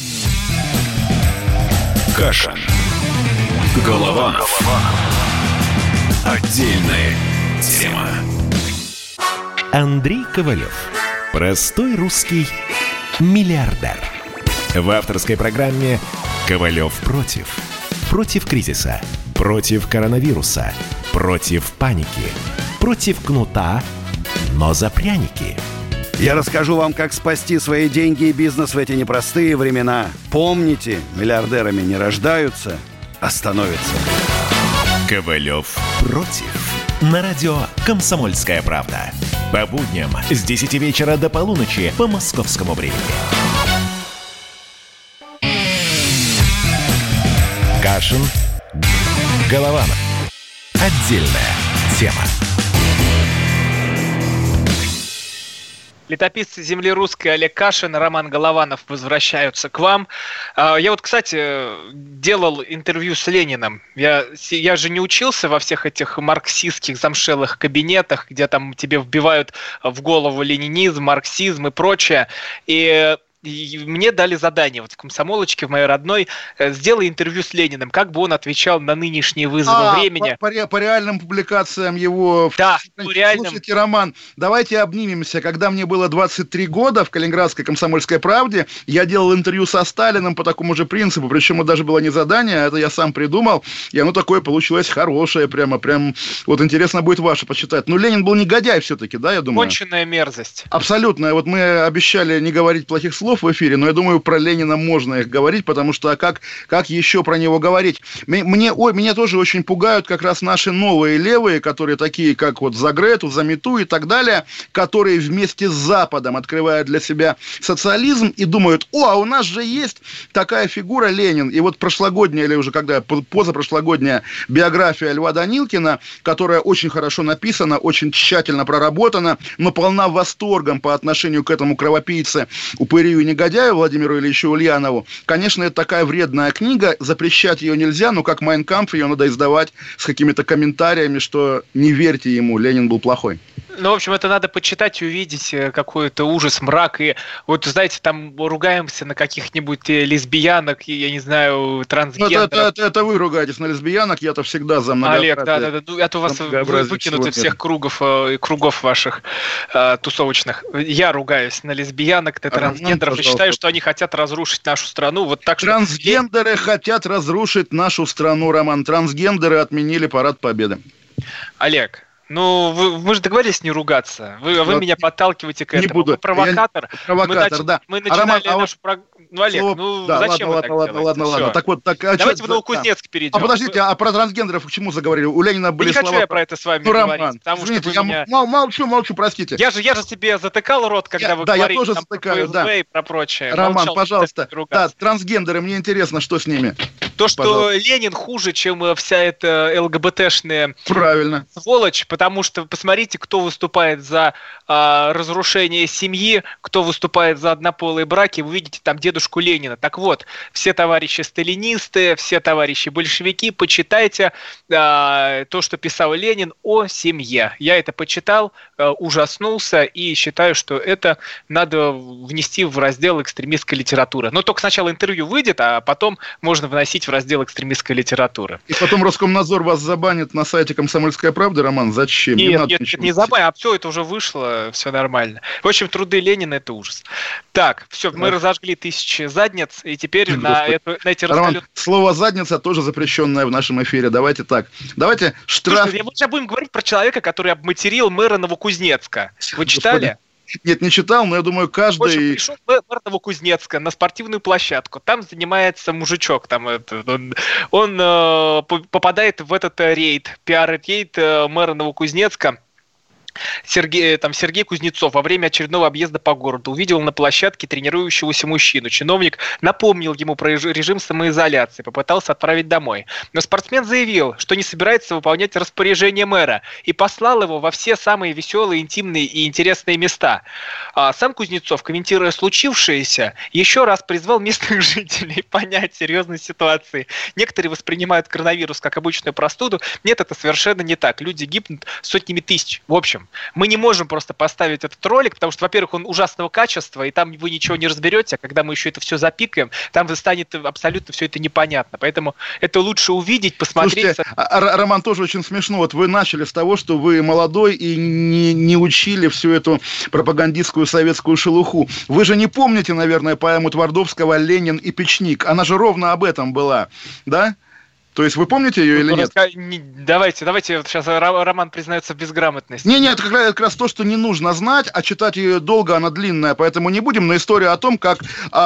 Кашин. Голованов. Отдельная тема. Андрей Ковалев. Простой русский миллиардер. В авторской программе «Ковалев против». Против кризиса. Против коронавируса. Против паники. Против кнута, но за пряники. Я расскажу вам, как спасти свои деньги и бизнес в эти непростые времена. Помните, миллиардерами не рождаются, а становятся. Ковалев против. На радио «Комсомольская правда». По будням с десяти вечера до полуночи по московскому времени. Кашин. Голованов. Отдельная тема. Летописцы земли русской Олег Кашин, Роман Голованов возвращаются к вам. Я вот, кстати, делал интервью с Лениным. Я, я же не учился во всех этих марксистских замшелых кабинетах, где там тебе вбивают в голову ленинизм, марксизм и прочее. И... И мне дали задание вот в комсомолочке, в моей родной, сделай интервью с Лениным, как бы он отвечал на нынешние вызовы а, времени. По, по, по реальным публикациям его... Да, по реальным. Слушайте, Роман, давайте обнимемся. Когда мне было двадцать три года в Калининградской «Комсомольской правде», я делал интервью со Сталиным по такому же принципу, причем это даже было не задание, это я сам придумал, и оно такое получилось хорошее, прямо, прям, вот интересно будет ваше почитать. Но Ленин был негодяй все-таки, да, я думаю? Конченная мерзость. Абсолютно. Вот мы обещали не говорить плохих слов в эфире, но я думаю, про Ленина можно их говорить, потому что а как, как еще про него говорить? Мне, ой, меня тоже очень пугают как раз наши новые левые, которые такие, как вот за Грету, за Мету и так далее, которые вместе с Западом открывают для себя социализм и думают, о, а у нас же есть такая фигура Ленин. И вот прошлогодняя, или уже когда позапрошлогодняя биография Льва Данилкина, которая очень хорошо написана, очень тщательно проработана, но полна восторгом по отношению к этому кровопийце, упырю и негодяю Владимиру Ильичу Ульянову. Конечно, это такая вредная книга, запрещать ее нельзя, но как «Майн кампф» ее надо издавать с какими-то комментариями, что не верьте ему, Ленин был плохой. Ну, в общем, это надо почитать и увидеть какой-то ужас, мрак. И вот, знаете, там ругаемся на каких-нибудь лесбиянок, и, я не знаю, трансгендеров. Это, это, это вы ругаетесь на лесбиянок, я-то всегда за многообразие. Олег, да-да-да, ну, это у вас выкинут из всех кругов, кругов ваших э, тусовочных. Я ругаюсь на лесбиянок, на трансгендеров, ну, и считаю, что они хотят разрушить нашу страну. Вот так, трансгендеры что... хотят разрушить нашу страну, Роман. Трансгендеры отменили парад Победы. Олег, ну, вы, мы же договорились не ругаться. Вы, вы меня подталкиваете к этому. Не буду. Вы провокатор. Я... Провокатор, мы нач... да. Мы начинали а Роман, нашу... а вот... ну, Олег, слово... ну да, зачем ладно, вы ладно, так ладно, ладно, ладно. Так вот, так, а Давайте чё, в Новокузнецк да. перейдем. А подождите, а про трансгендеров к чему заговорили? У Ленина были да не слова... хочу я про это с вами ну, говорить, Роман, потому извините, что я меня... мол, молчу, молчу, простите. Я же, я же тебе затыкал рот, когда я, вы да, говорили я тоже там, затыкаю, про ФСБ да. и про прочее. Роман, Молчал, пожалуйста, да, трансгендеры, мне интересно, что с ними? То, что Пожалуйста. Ленин хуже, чем вся эта ЛГБТшная Правильно. сволочь, потому что посмотрите, кто выступает за а, разрушение семьи, кто выступает за однополые браки, вы видите там дедушку Ленина. Так вот, все товарищи сталинисты, все товарищи большевики, почитайте а, то, что писал Ленин о семье. Я это почитал, а, ужаснулся и считаю, что это надо внести в раздел экстремистской литературы. Но только сначала интервью выйдет, а потом можно вносить в раздел экстремистской литературы. И потом Роскомнадзор вас забанит на сайте «Комсомольская правда», Роман? Зачем? Нет, не надо нет, нет, не забанит, а все это уже вышло, все нормально. В общем, труды Ленина – это ужас. Так, все, мы разожгли тысячи задниц, и теперь на, эту, на эти Роман, раскаленные... слово «задница» тоже запрещенное в нашем эфире. Давайте так. Давайте штраф... Слушайте, мы сейчас будем говорить про человека, который обматерил мэра Новокузнецка. Вы читали? Нет, не читал, но я думаю, каждый... В общем, пришел мэр Новокузнецка на спортивную площадку. Там занимается мужичок. Там, это, он он э, попадает в этот рейд, пиар-рейд э, мэра Новокузнецка. Сергей, там, Сергей Кузнецов во время очередного объезда по городу увидел на площадке тренирующегося мужчину. Чиновник напомнил ему про режим самоизоляции, попытался отправить домой. Но спортсмен заявил, что не собирается выполнять распоряжение мэра и послал его во все самые веселые, интимные и интересные места. А сам Кузнецов, комментируя случившееся, еще раз призвал местных жителей понять серьезность ситуации. Некоторые воспринимают коронавирус как обычную простуду. Нет, это совершенно не так. Люди гибнут сотнями тысяч. В общем, мы не можем просто поставить этот ролик, потому что, во-первых, он ужасного качества, и там вы ничего не разберете, а когда мы еще это все запикаем, там станет абсолютно все это непонятно. Поэтому это лучше увидеть, посмотреть. Слушайте, а, Роман, тоже очень смешно. Вот вы начали с того, что вы молодой и не, не учили всю эту пропагандистскую советскую шелуху. Вы же не помните, наверное, поэму Твардовского «Ленин и печник». Она же ровно об этом была, да? То есть вы помните ее или нет? Давайте, давайте, сейчас Роман признается в безграмотности. Не, нет, это как раз то, что не нужно знать, а читать ее долго, она длинная, поэтому не будем, но история о том, как...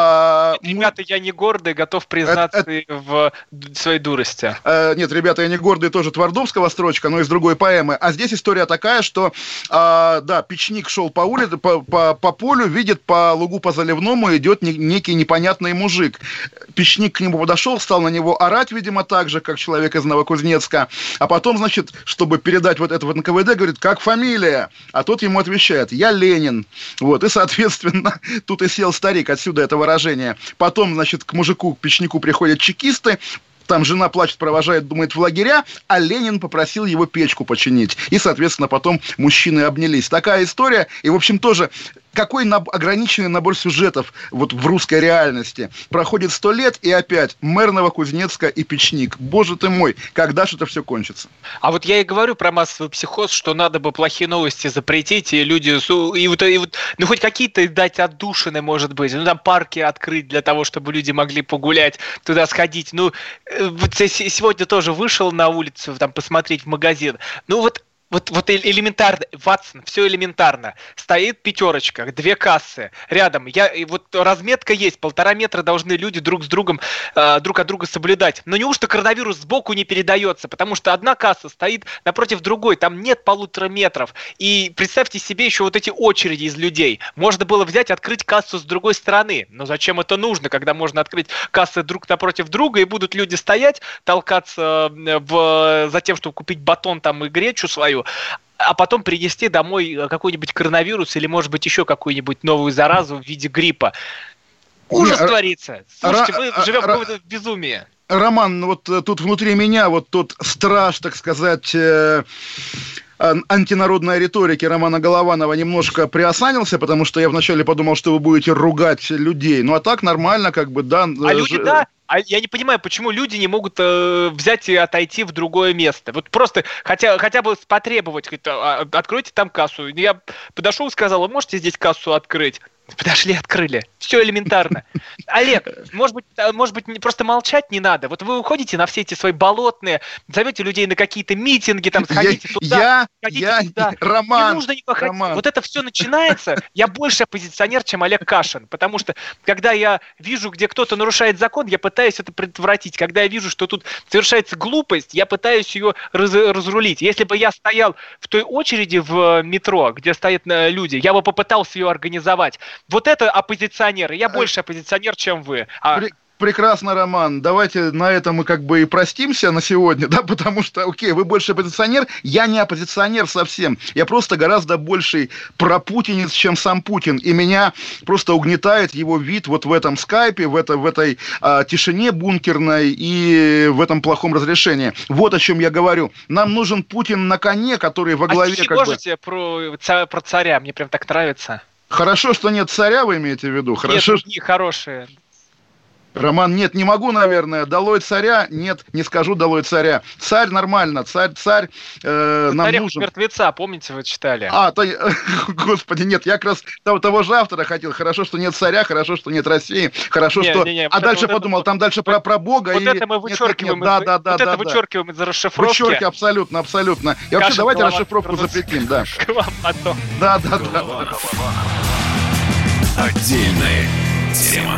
А, ребята, мы... я не гордый, готов признаться это, это... в своей дурости. А, нет, ребята, я не гордый, тоже Твардовского строчка, но из другой поэмы. А здесь история такая, что, а, да, печник шел по улице, по, по, по полю, видит по лугу по заливному идет некий непонятный мужик. Печник к нему подошел, стал на него орать, видимо, так же, как человек из Новокузнецка, а потом, значит, чтобы передать вот это в эн ка вэ дэ, говорит, как фамилия? А тот ему отвечает, я Ленин. Вот, и, соответственно, тут и сел старик, отсюда это выражение. Потом, значит, к мужику, к печнику приходят чекисты, там жена плачет, провожает, думает, в лагеря, а Ленин попросил его печку починить. И, соответственно, потом мужчины обнялись. Такая история, и, в общем, тоже... Какой наб- ограниченный набор сюжетов вот в русской реальности. Проходит сто лет, и опять мэр Новокузнецка и печник. Боже ты мой, когда же это все кончится? А вот я и говорю про массовый психоз, что надо бы плохие новости запретить, и люди... И вот, и вот, ну, хоть какие-то дать отдушины, может быть. Ну, там парки открыть для того, чтобы люди могли погулять, туда сходить. Ну, вот сегодня тоже вышел на улицу, там, посмотреть в магазин. Ну, вот... Вот, вот элементарно, Ватсон, все элементарно. Стоит пятерочка, две кассы рядом. Я, и вот разметка есть, полтора метра должны люди друг с другом, э, друг от друга соблюдать. Но неужто коронавирус сбоку не передается? Потому что одна касса стоит напротив другой, там нет полутора метров. И представьте себе еще вот эти очереди из людей. Можно было взять, открыть кассу с другой стороны. Но зачем это нужно, когда можно открыть кассы друг напротив друга, и будут люди стоять, толкаться в, за тем, чтобы купить батон там и гречу свою, а потом принести домой какой-нибудь коронавирус или, может быть, еще какую-нибудь новую заразу в виде гриппа. Ужас Не, творится. Слушайте, ра- мы живем ра- в каком-то безумии. Роман, вот тут внутри меня вот тот страж, так сказать... Э- антинародной риторики Романа Голованова немножко приосанился, потому что я вначале подумал, что вы будете ругать людей. Ну, а так нормально, как бы, да. А люди, да. А я не понимаю, почему люди не могут э, взять и отойти в другое место. Вот просто хотя, хотя бы потребовать, откройте там кассу. Я подошел и сказал, вы можете здесь кассу открыть? Подошли, открыли. Все элементарно. Олег, может быть, может быть, просто молчать не надо? Вот вы уходите на все эти свои болотные, зовете людей на какие-то митинги, там, сходите я, туда, я, сходите я, туда. Роман, не нужно никого ходить. Роман. Вот это все начинается. Я больше оппозиционер, чем Олег Кашин. Потому что, когда я вижу, где кто-то нарушает закон, я пытаюсь это предотвратить. Когда я вижу, что тут совершается глупость, я пытаюсь ее раз, разрулить. Если бы я стоял в той очереди в метро, где стоят люди, я бы попытался ее организовать. Вот это оппозиционеры. Я больше оппозиционер, чем вы. А... Прекрасно, Роман. Давайте на этом мы как бы и простимся на сегодня, да, потому что, окей, вы больше оппозиционер, я не оппозиционер совсем. Я просто гораздо больший пропутинец, чем сам Путин. И меня просто угнетает его вид вот в этом скайпе, в, это, в этой а, тишине бункерной и в этом плохом разрешении. Вот о чем я говорю. Нам нужен Путин на коне, который во главе... А как можете бы... про, про царя? Мне прям так нравится. Хорошо, что нет царя, вы имеете в виду? Хорошо, нет, другие хорошие. Роман, нет, не могу, наверное. Долой царя? Нет, не скажу долой царя. Царь нормально, царь, царь э, нам Царя нужен. мертвеца, помните, вы читали? А, то, господи, нет, я как раз того, того же автора хотел. Хорошо, что нет царя, хорошо, что нет России, хорошо, не, что... Не, не, а вот дальше это, подумал, вот, там дальше вот, про, про Бога. Вот и... это мы вычеркиваем, нет, нет, нет. Да, да, вот да, это да, вычеркиваем да. из расшифровки. Вычерки, абсолютно, абсолютно. И вообще, давайте расшифровку запретим, да. потом. Да, да, да. Отдельная тема.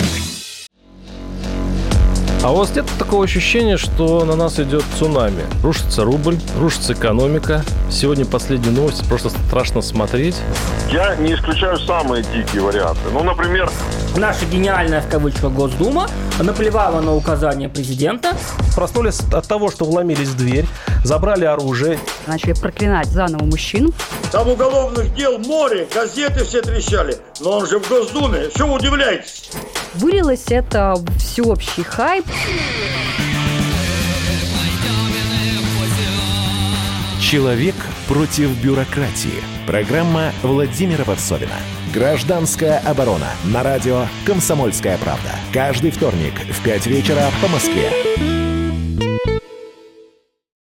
А у вас нет такого ощущения, что на нас идет цунами? Рушится рубль, рушится экономика. Сегодня последние новости, просто страшно смотреть. Я не исключаю самые дикие варианты. Ну, например... Наша гениальная, в кавычках, Госдума наплевала на указания президента. Проснулись от того, что вломились в дверь, забрали оружие. Начали проклинать заново мужчин. Там уголовных дел море, газеты все трещали. Но он же в Госдуме, что вы удивляетесь? Вылилось это в всеобщий хайп. Человек против бюрократии. Программа Владимира Варсовина. Гражданская оборона. На радио «Комсомольская правда». Каждый вторник в пять вечера по Москве.